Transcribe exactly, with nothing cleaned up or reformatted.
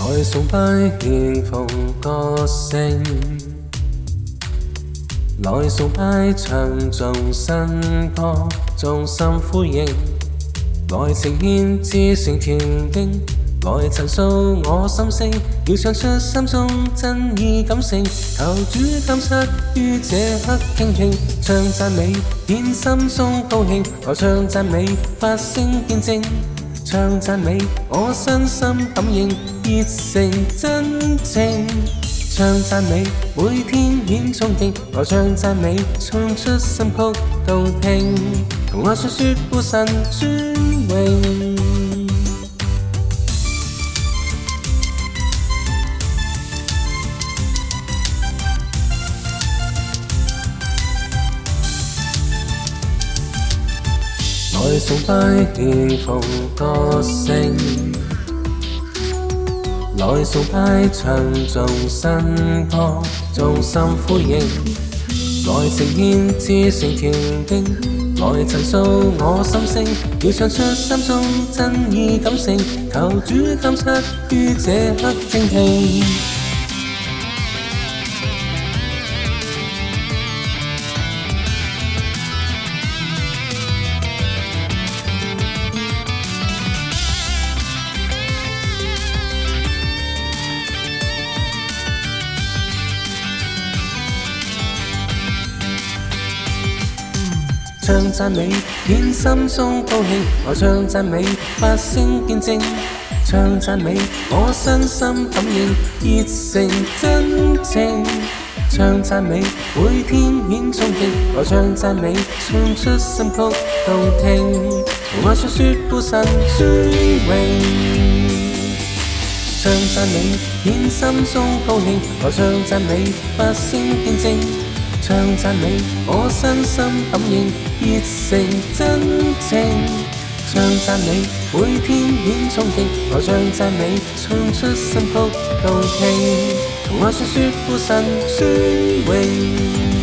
來崇拜獻奉歌聲，來崇拜唱頌新歌，衷心呼應，來呈獻至誠甜經，來陳訴我心聲，要唱出心中真意感性，求主監察於這刻傾聽，唱讚美顯心中高興，來唱讚美發聲見證。唱讚美，我身心感應，熱誠真正。唱讚美，每天顯憧憬，來唱讚美，唱出心曲動聽，同我述說父神尊榮。來崇拜獻奉歌聲，來崇拜唱頌新歌，衷心呼應，來呈獻至誠甜經，來陳訴我心聲，要唱出心中真意感性，求主監察於這刻傾聽。唱讚美，顯心中高興，來唱讚美，發聲見證。唱讚美，我身心感應，熱誠真正。唱讚美，每天顯憧憬，來唱讚美，唱出心曲動聽，同我述說父神尊榮。唱讚美，顯心中高興，來唱讚美，發聲見證。唱讚美，我身心感應，熱誠真正。唱讚美，每天顯憧憬，來唱讚美，唱出心曲動聽，同我述說父神尊榮。